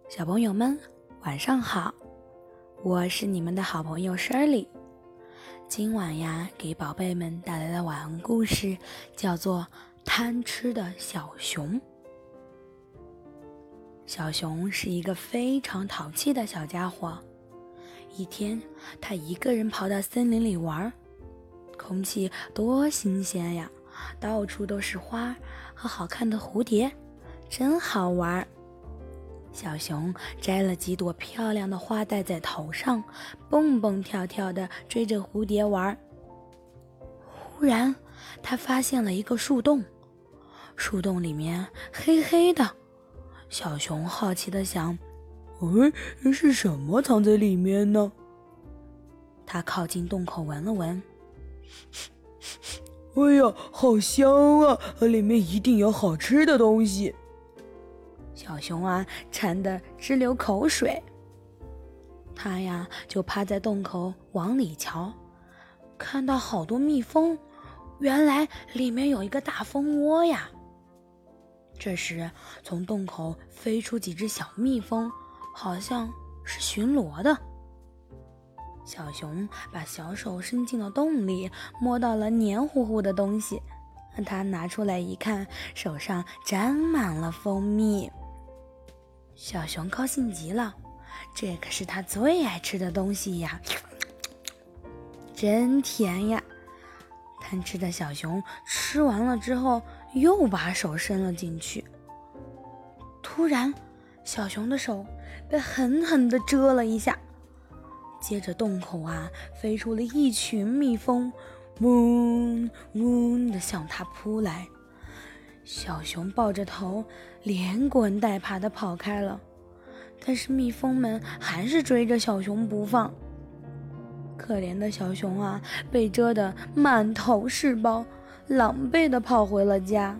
小朋友们，晚上好！我是你们的好朋友 Shirley。今晚呀，给宝贝们带来的晚安故事叫做《贪吃的小熊》。小熊是一个非常淘气的小家伙。一天，他一个人跑到森林里玩，空气多新鲜呀，到处都是花和好看的蝴蝶，真好玩。小熊摘了几朵漂亮的花戴在头上，蹦蹦跳跳地追着蝴蝶玩。忽然，他发现了一个树洞，树洞里面黑黑的。小熊好奇地想，是什么藏在里面呢？他靠近洞口闻了闻，哎呀，好香啊！里面一定有好吃的东西。小熊啊，馋得直流口水。他呀，就趴在洞口往里瞧，看到好多蜜蜂，原来里面有一个大蜂窝呀。这时，从洞口飞出几只小蜜蜂，好像是巡逻的。小熊把小手伸进了洞里，摸到了黏糊糊的东西。他拿出来一看，手上沾满了蜂蜜。小熊高兴极了，这可是他最爱吃的东西呀，真甜呀！贪吃的小熊吃完了之后，又把手伸了进去。突然，小熊的手被狠狠地蛰了一下，接着洞口啊飞出了一群蜜蜂，嗡嗡地向它扑来。小熊抱着头连滚带爬地跑开了，但是蜜蜂们还是追着小熊不放。可怜的小熊啊，被蛰得满头是包，狼狈地跑回了家。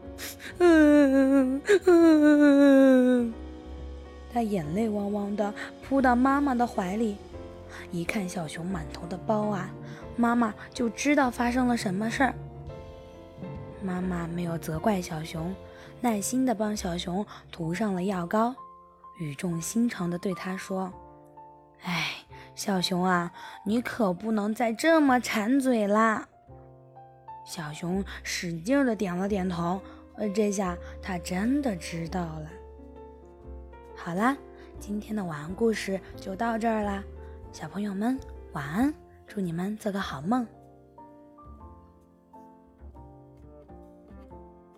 他眼泪汪汪地扑到妈妈的怀里，一看小熊满头的包啊，妈妈就知道发生了什么事儿。妈妈没有责怪小熊，耐心地帮小熊涂上了药膏，语重心长地对他说：小熊啊，你可不能再这么馋嘴啦。小熊使劲地点了点头，这下他真的知道了。好啦，今天的晚安故事就到这儿啦，小朋友们晚安，祝你们做个好梦。